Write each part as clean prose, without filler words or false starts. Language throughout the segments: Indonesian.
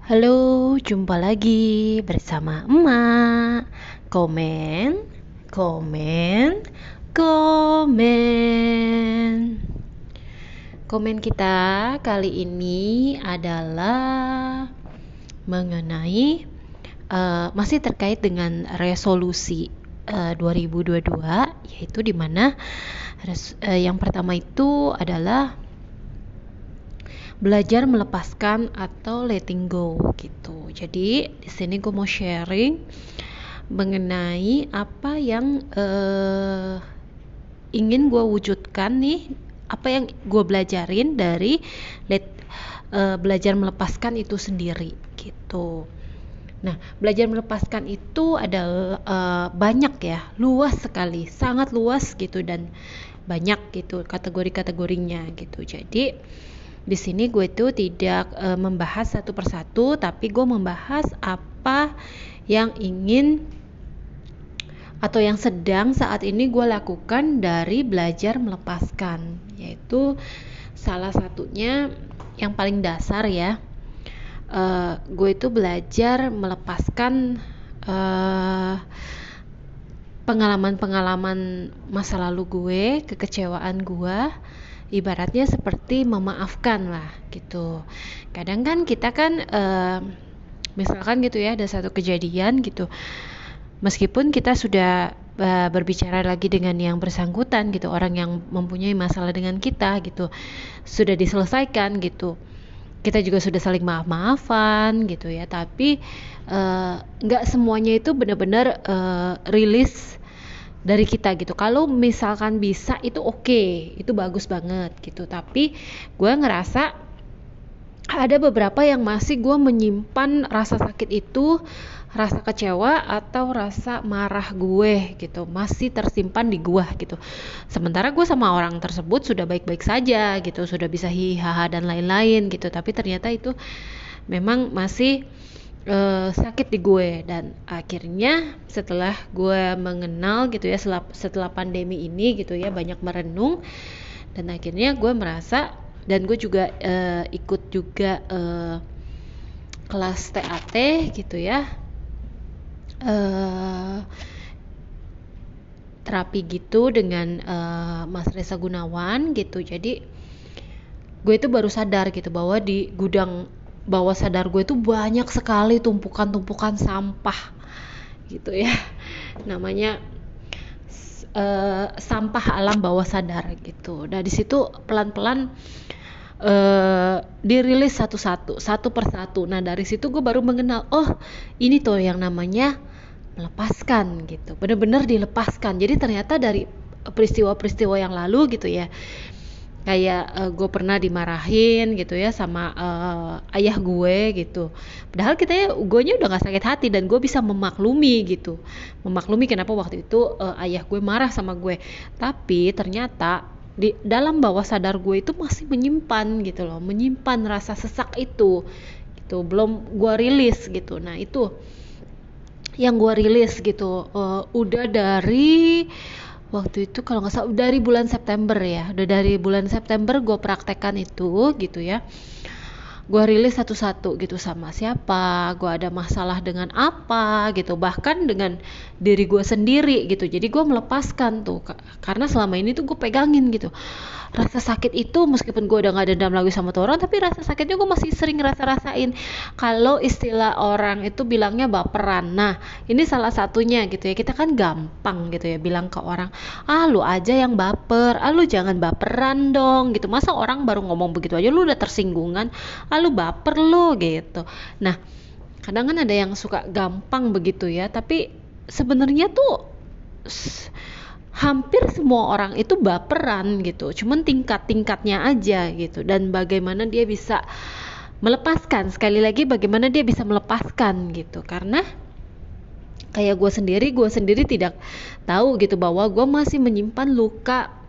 Halo, jumpa lagi bersama emak. Komen, komen, komen. Komen kita kali ini adalah mengenai masih terkait dengan resolusi 2022, yaitu dimana yang pertama itu adalah belajar melepaskan atau letting go gitu. Jadi di sini gue mau sharing mengenai apa yang ingin gue wujudkan nih, apa yang gue belajarin dari belajar melepaskan itu sendiri gitu. Nah, belajar melepaskan itu adalah banyak ya, luas sekali, sangat luas gitu, dan banyak gitu kategori-kategorinya gitu. Jadi di sini gue tuh tidak membahas satu persatu, tapi gue membahas apa yang ingin atau yang sedang saat ini gue lakukan dari belajar melepaskan, yaitu salah satunya yang paling dasar ya, gue itu belajar melepaskan pengalaman-pengalaman masa lalu gue, kekecewaan gue. Ibaratnya seperti memaafkan lah gitu. Kadang kan kita kan misalkan gitu ya, ada satu kejadian gitu, meskipun kita sudah berbicara lagi dengan yang bersangkutan gitu, orang yang mempunyai masalah dengan kita gitu, sudah diselesaikan gitu, kita juga sudah saling maaf-maafan gitu ya, tapi nggak semuanya itu benar-benar rilis dari kita gitu. Kalau misalkan bisa itu oke, itu bagus banget gitu, tapi gue ngerasa ada beberapa yang masih gue menyimpan rasa sakit itu, rasa kecewa atau rasa marah gue gitu, masih tersimpan di gue gitu. Sementara gue sama orang tersebut sudah baik-baik saja gitu, sudah bisa hihaha dan lain-lain gitu, tapi ternyata itu memang masih sakit di gue. Dan akhirnya setelah gue mengenal gitu ya, setelah pandemi ini gitu ya, banyak merenung, dan akhirnya gue merasa, dan gue juga ikut juga kelas TAT gitu ya, terapi gitu dengan Mas Reza Gunawan gitu. Jadi gue itu baru sadar gitu bahwa di gudang bawah sadar gue itu banyak sekali tumpukan-tumpukan sampah gitu ya, namanya sampah alam bawah sadar gitu. Nah di situ pelan-pelan dirilis satu persatu. Nah dari situ gue baru mengenal, oh ini tuh yang namanya melepaskan gitu, bener-bener dilepaskan. Jadi ternyata dari peristiwa-peristiwa yang lalu gitu ya, kayak gue pernah dimarahin gitu ya sama ayah gue gitu, padahal guenya udah gak sakit hati, dan gue bisa memaklumi gitu, memaklumi kenapa waktu itu ayah gue marah sama gue, tapi ternyata di dalam bawah sadar gue itu masih menyimpan gitu loh, menyimpan rasa sesak itu gitu, belum gue rilis gitu. Nah itu yang gue rilis gitu, udah dari waktu itu kalau nggak salah dari bulan September ya, udah dari bulan September gue praktekkan itu gitu ya. Gue rilis satu-satu gitu, sama siapa, gue ada masalah dengan apa gitu, bahkan dengan diri gue sendiri gitu. Jadi gue melepaskan tuh, karena selama ini tuh gue pegangin gitu rasa sakit itu, meskipun gue udah gak dendam lagi sama tuh orang, tapi rasa sakitnya gue masih sering rasain. Kalau istilah orang itu bilangnya baperan. Nah ini salah satunya gitu ya, kita kan gampang gitu ya bilang ke orang, ah lu aja yang baper, ah lu jangan baperan dong gitu, masa orang baru ngomong begitu aja lu udah tersinggungan, ah lu baper lu gitu. Nah kadang kan ada yang suka gampang begitu ya, tapi sebenarnya tuh hampir semua orang itu baperan gitu, cuman tingkat-tingkatnya aja gitu, dan bagaimana dia bisa melepaskan, sekali lagi bagaimana dia bisa melepaskan gitu. Karena kayak gue sendiri tidak tahu gitu bahwa gue masih menyimpan luka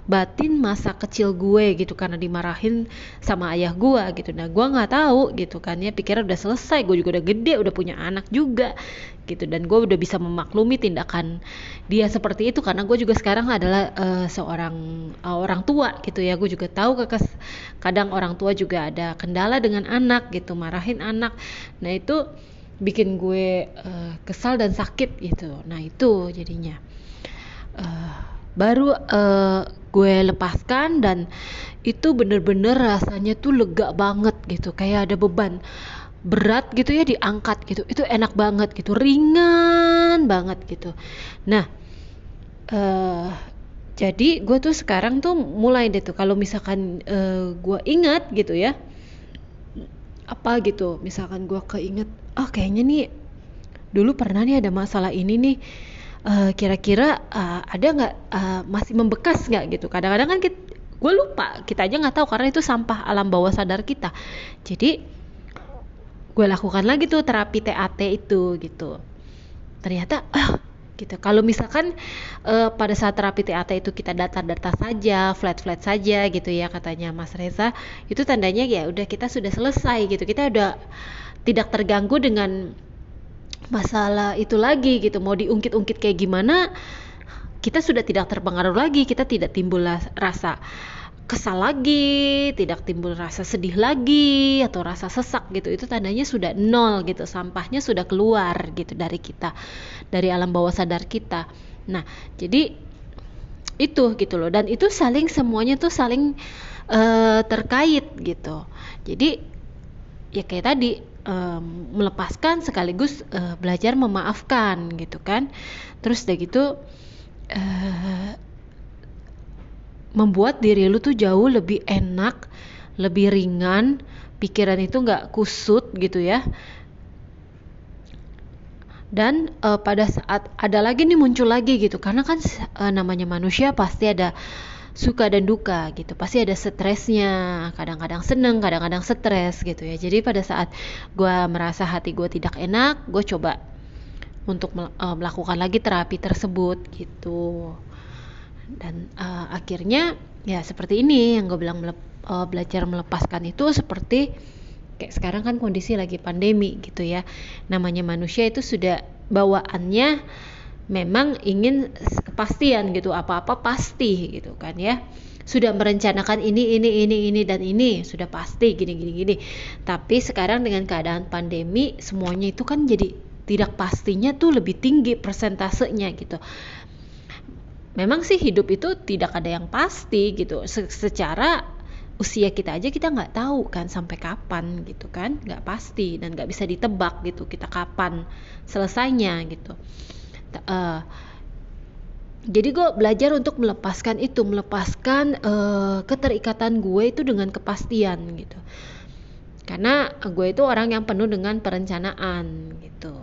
batin masa kecil gue gitu, karena dimarahin sama ayah gue gitu. Nah gue nggak tahu gitu kan ya, pikirnya udah selesai, gue juga udah gede, udah punya anak juga gitu, dan gue udah bisa memaklumi tindakan dia seperti itu, karena gue juga sekarang adalah seorang orang tua gitu ya. Gue juga tahu kadang orang tua juga ada kendala dengan anak gitu, marahin anak. Nah itu bikin gue kesal dan sakit gitu. Nah itu jadinya baru gue lepaskan, dan itu bener-bener rasanya tuh lega banget gitu, kayak ada beban berat gitu ya diangkat gitu. Itu enak banget gitu, ringan banget gitu. Nah jadi gue tuh sekarang tuh mulai deh tuh kalau misalkan gue ingat gitu ya apa gitu, misalkan gue keinget kayaknya nih dulu pernah nih ada masalah ini nih, kira-kira ada nggak, masih membekas nggak gitu. Kadang-kadang kan gue lupa, kita aja nggak tahu karena itu sampah alam bawah sadar kita. Jadi gue lakukan lagi tuh terapi TAT itu gitu. Ternyata gitu. Kalau misalkan pada saat terapi TAT itu kita datar-datar saja, flat-flat saja gitu ya katanya Mas Reza, itu tandanya ya udah kita sudah selesai gitu. Kita udah tidak terganggu dengan masalah itu lagi gitu. Mau diungkit-ungkit kayak gimana, kita sudah tidak terpengaruh lagi, kita tidak timbul rasa kesal lagi, tidak timbul rasa sedih lagi atau rasa sesak gitu. Itu tandanya sudah nol gitu, sampahnya sudah keluar gitu dari kita, dari alam bawah sadar kita. Nah jadi itu gitu loh, dan itu semuanya tuh saling terkait gitu. Jadi ya kayak tadi, melepaskan sekaligus belajar memaafkan gitu kan. Terus udah gitu membuat diri lu tuh jauh lebih enak, lebih ringan, pikiran itu nggak kusut gitu ya. Dan pada saat ada lagi nih muncul lagi gitu, karena kan namanya manusia pasti ada suka dan duka gitu, pasti ada stresnya, kadang-kadang seneng, kadang-kadang stres gitu ya. Jadi pada saat gue merasa hati gue tidak enak, gue coba untuk melakukan lagi terapi tersebut gitu. Dan akhirnya ya seperti ini yang gue bilang, belajar melepaskan itu seperti kayak sekarang kan kondisi lagi pandemi gitu ya. Namanya manusia itu sudah bawaannya memang ingin kepastian gitu, apa-apa pasti gitu kan ya. Sudah merencanakan ini dan ini sudah pasti gini. Tapi sekarang dengan keadaan pandemi semuanya itu kan jadi tidak pastinya tuh lebih tinggi persentasenya gitu. Memang sih hidup itu tidak ada yang pasti gitu. Secara usia kita aja kita nggak tahu kan sampai kapan gitu kan, nggak pasti dan nggak bisa ditebak gitu kita kapan selesainya gitu. Jadi gue belajar untuk melepaskan keterikatan gue itu dengan kepastian gitu. Karena gue itu orang yang penuh dengan perencanaan gitu.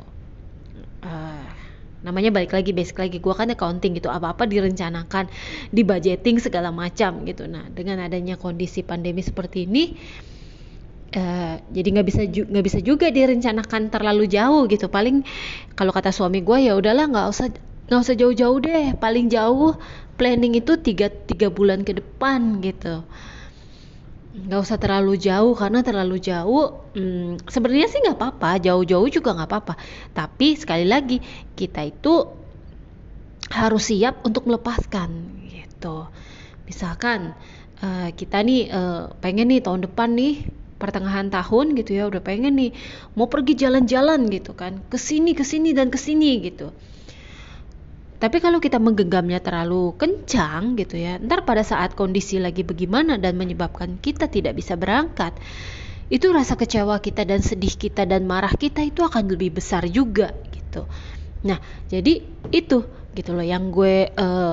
Namanya basic lagi gue kan accounting gitu, apa-apa direncanakan, dibudgeting segala macam gitu. Nah dengan adanya kondisi pandemi seperti ini, jadi nggak bisa juga direncanakan terlalu jauh gitu. Paling kalau kata suami gue, ya udahlah nggak usah jauh-jauh deh, paling jauh planning itu 3 bulan ke depan gitu. Nggak usah terlalu jauh, karena terlalu jauh sebenarnya sih nggak apa-apa, jauh-jauh juga nggak apa-apa, tapi sekali lagi kita itu harus siap untuk melepaskan gitu. Misalkan kita nih pengen nih tahun depan nih pertengahan tahun gitu ya, udah pengen nih mau pergi jalan-jalan gitu kan, kesini dan kesini gitu. Tapi kalau kita menggenggamnya terlalu kencang gitu ya, ntar pada saat kondisi lagi bagaimana dan menyebabkan kita tidak bisa berangkat, itu rasa kecewa kita dan sedih kita dan marah kita itu akan lebih besar juga gitu. Nah jadi itu gitu loh yang gue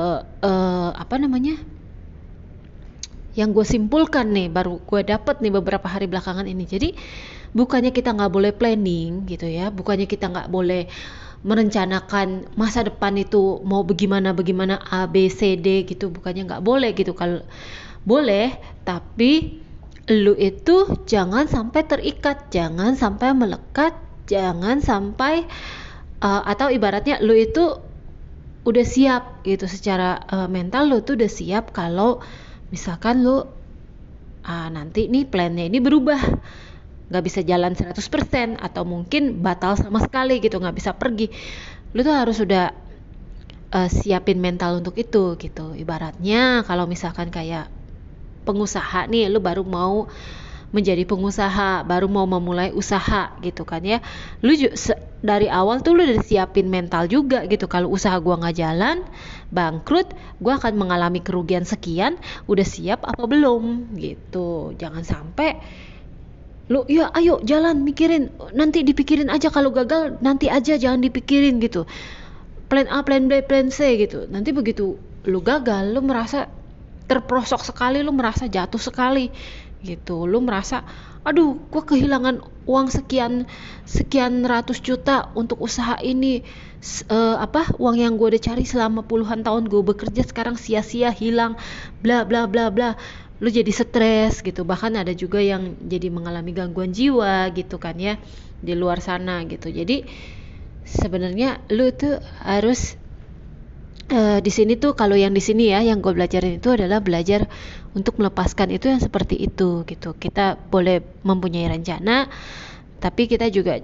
yang gue simpulkan nih, baru gue dapet nih beberapa hari belakangan ini. Jadi bukannya kita nggak boleh planning gitu ya, bukannya kita nggak boleh merencanakan masa depan itu mau bagaimana A B C D gitu, bukannya nggak boleh gitu. Kalau boleh, tapi lu itu jangan sampai terikat, jangan sampai melekat, jangan sampai atau ibaratnya lu itu udah siap gitu secara mental. Lu tuh udah siap kalau misalkan lu nanti nih plannya ini berubah, nggak bisa jalan 100% atau mungkin batal sama sekali gitu, nggak bisa pergi. Lu tuh harus udah siapin mental untuk itu gitu. Ibaratnya kalau misalkan kayak pengusaha nih, lu baru mau menjadi pengusaha, baru mau memulai usaha gitu kan ya, lu dari awal tuh lu udah siapin mental juga gitu. Kalau usaha gua nggak jalan, bangkrut, gua akan mengalami kerugian sekian, udah siap apa belum gitu. Jangan sampai lu ya ayo jalan mikirin, nanti dipikirin aja, kalau gagal nanti aja, jangan dipikirin gitu, plan A, plan B, plan C gitu. Nanti begitu lu gagal, lu merasa terperosok sekali, lu merasa jatuh sekali gitu. Lu merasa, aduh gue kehilangan uang sekian ratus juta untuk usaha ini, uang yang gue udah cari selama puluhan tahun gue bekerja sekarang sia-sia, hilang, bla bla bla bla. Lu jadi stres gitu. Bahkan ada juga yang jadi mengalami gangguan jiwa gitu kan ya di luar sana gitu. Jadi sebenarnya lu tuh harus di sini tuh, kalau yang di sini ya yang gue belajarin itu adalah belajar untuk melepaskan itu yang seperti itu gitu. Kita boleh mempunyai rencana, tapi kita juga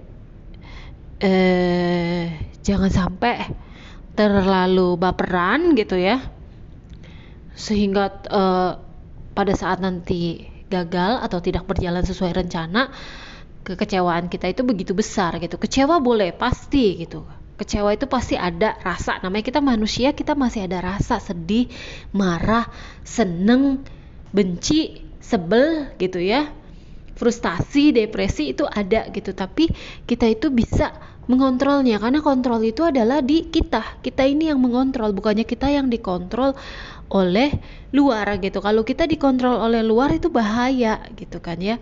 jangan sampai terlalu baperan gitu ya, sehingga pada saat nanti gagal atau tidak berjalan sesuai rencana, kekecewaan kita itu begitu besar gitu. Kecewa boleh, pasti gitu. Kecewa itu pasti ada rasa, namanya kita manusia, kita masih ada rasa sedih, marah, seneng, benci, sebel gitu ya, frustasi, depresi itu ada gitu. Tapi kita itu bisa mengontrolnya, karena kontrol itu adalah di kita. Kita ini yang mengontrol, bukannya kita yang dikontrol oleh luar gitu. Kalau kita dikontrol oleh luar itu bahaya gitu kan ya.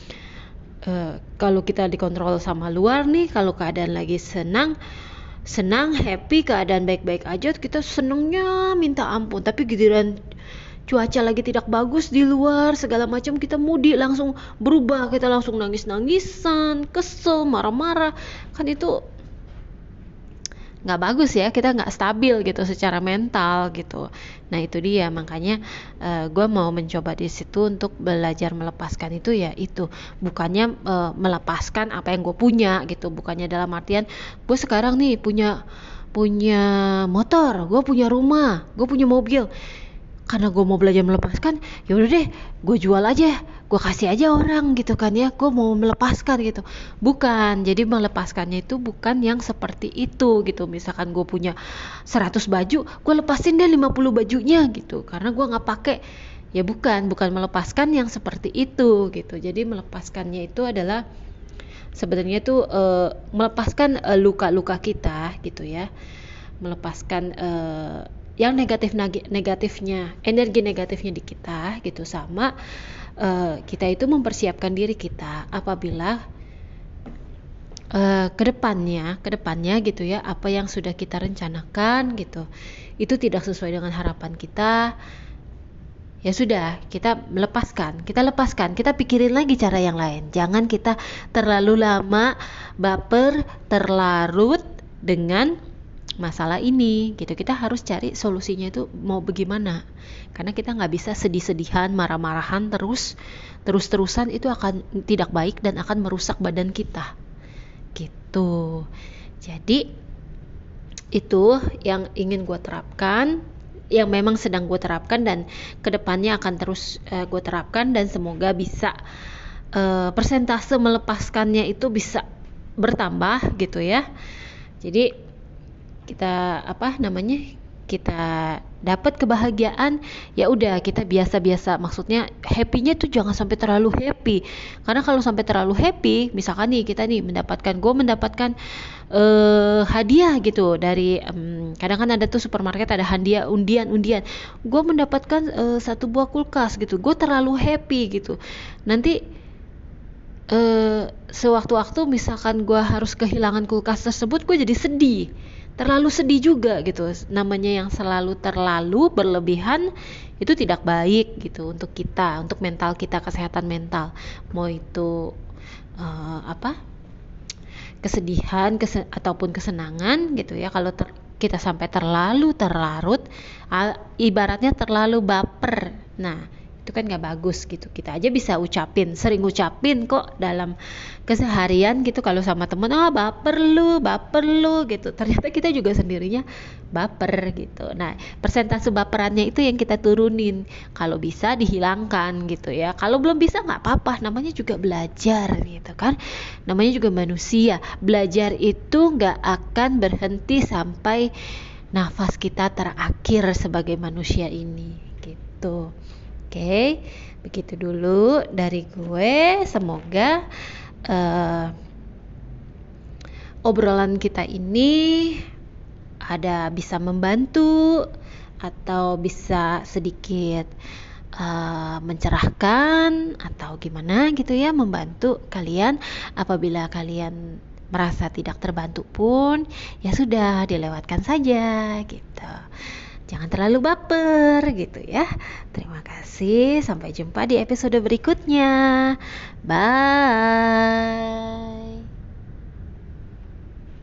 Kalau kita dikontrol sama luar nih, kalau keadaan lagi senang, happy, keadaan baik-baik aja, kita senengnya minta ampun. Tapi giliran cuaca lagi tidak bagus di luar, segala macam, kita moody langsung berubah, kita langsung nangis-nangisan, kesel, marah-marah. Kan itu nggak bagus ya, kita nggak stabil gitu secara mental gitu. Nah itu dia, makanya gue mau mencoba di situ untuk belajar melepaskan itu ya. Itu bukannya melepaskan apa yang gue punya gitu, bukannya dalam artian gue sekarang nih punya motor, gue punya rumah, gue punya mobil, karena gue mau belajar melepaskan, ya udah deh gue jual aja, gue kasih aja orang gitu kan ya, gue mau melepaskan gitu. Bukan, jadi melepaskannya itu bukan yang seperti itu gitu. Misalkan gue punya 100 baju, gue lepasin deh 50 bajunya gitu, karena gue gak pakai. Ya bukan melepaskan yang seperti itu gitu. Jadi melepaskannya itu adalah sebenarnya tuh melepaskan luka-luka kita gitu ya, melepaskan yang negatifnya, energi negatifnya di kita gitu. Sama kita itu mempersiapkan diri kita apabila kedepannya gitu ya, apa yang sudah kita rencanakan gitu itu tidak sesuai dengan harapan kita, ya sudah, kita lepaskan, kita pikirin lagi cara yang lain. Jangan kita terlalu lama baper, terlarut dengan masalah ini gitu. Kita harus cari solusinya itu mau bagaimana, karena kita nggak bisa sedih-sedihan, marah-marahan terus-terusan. Itu akan tidak baik dan akan merusak badan kita gitu. Jadi itu yang ingin gue terapkan, yang memang sedang gue terapkan, dan kedepannya akan terus gue terapkan, dan semoga bisa persentase melepaskannya itu bisa bertambah gitu ya. Jadi kita kita dapat kebahagiaan, ya udah kita biasa-biasa, maksudnya happy-nya tuh jangan sampai terlalu happy. Karena kalau sampai terlalu happy, misalkan nih kita nih gue mendapatkan hadiah gitu dari kadang kan ada tuh supermarket ada hadiah, undian, gue mendapatkan satu buah kulkas gitu, gue terlalu happy gitu. Nanti sewaktu-waktu misalkan gue harus kehilangan kulkas tersebut, gue jadi sedih, terlalu sedih juga gitu. Namanya yang terlalu berlebihan itu tidak baik gitu untuk kita, untuk mental kita, kesehatan mental. Mau itu kesedihan ataupun kesenangan gitu ya. Kalau kita sampai terlalu terlarut, ibaratnya terlalu baper. Nah, itu kan gak bagus gitu. Kita aja bisa sering ucapin kok dalam keseharian gitu kalau sama temen, baper lu gitu. Ternyata kita juga sendirinya baper gitu. Nah, persentase baperannya itu yang kita turunin. Kalau bisa dihilangkan gitu ya. Kalau belum bisa nggak apa-apa, namanya juga belajar gitu kan. Namanya juga manusia. Belajar itu nggak akan berhenti sampai nafas kita terakhir sebagai manusia ini gitu. Oke, begitu dulu dari gue. Semoga obrolan kita ini bisa membantu atau bisa sedikit mencerahkan atau gimana gitu ya, membantu kalian. Apabila kalian merasa tidak terbantu pun, ya sudah, dilewatkan saja gitu. Jangan terlalu baper gitu ya. Terima kasih, sampai jumpa di episode berikutnya. Bye.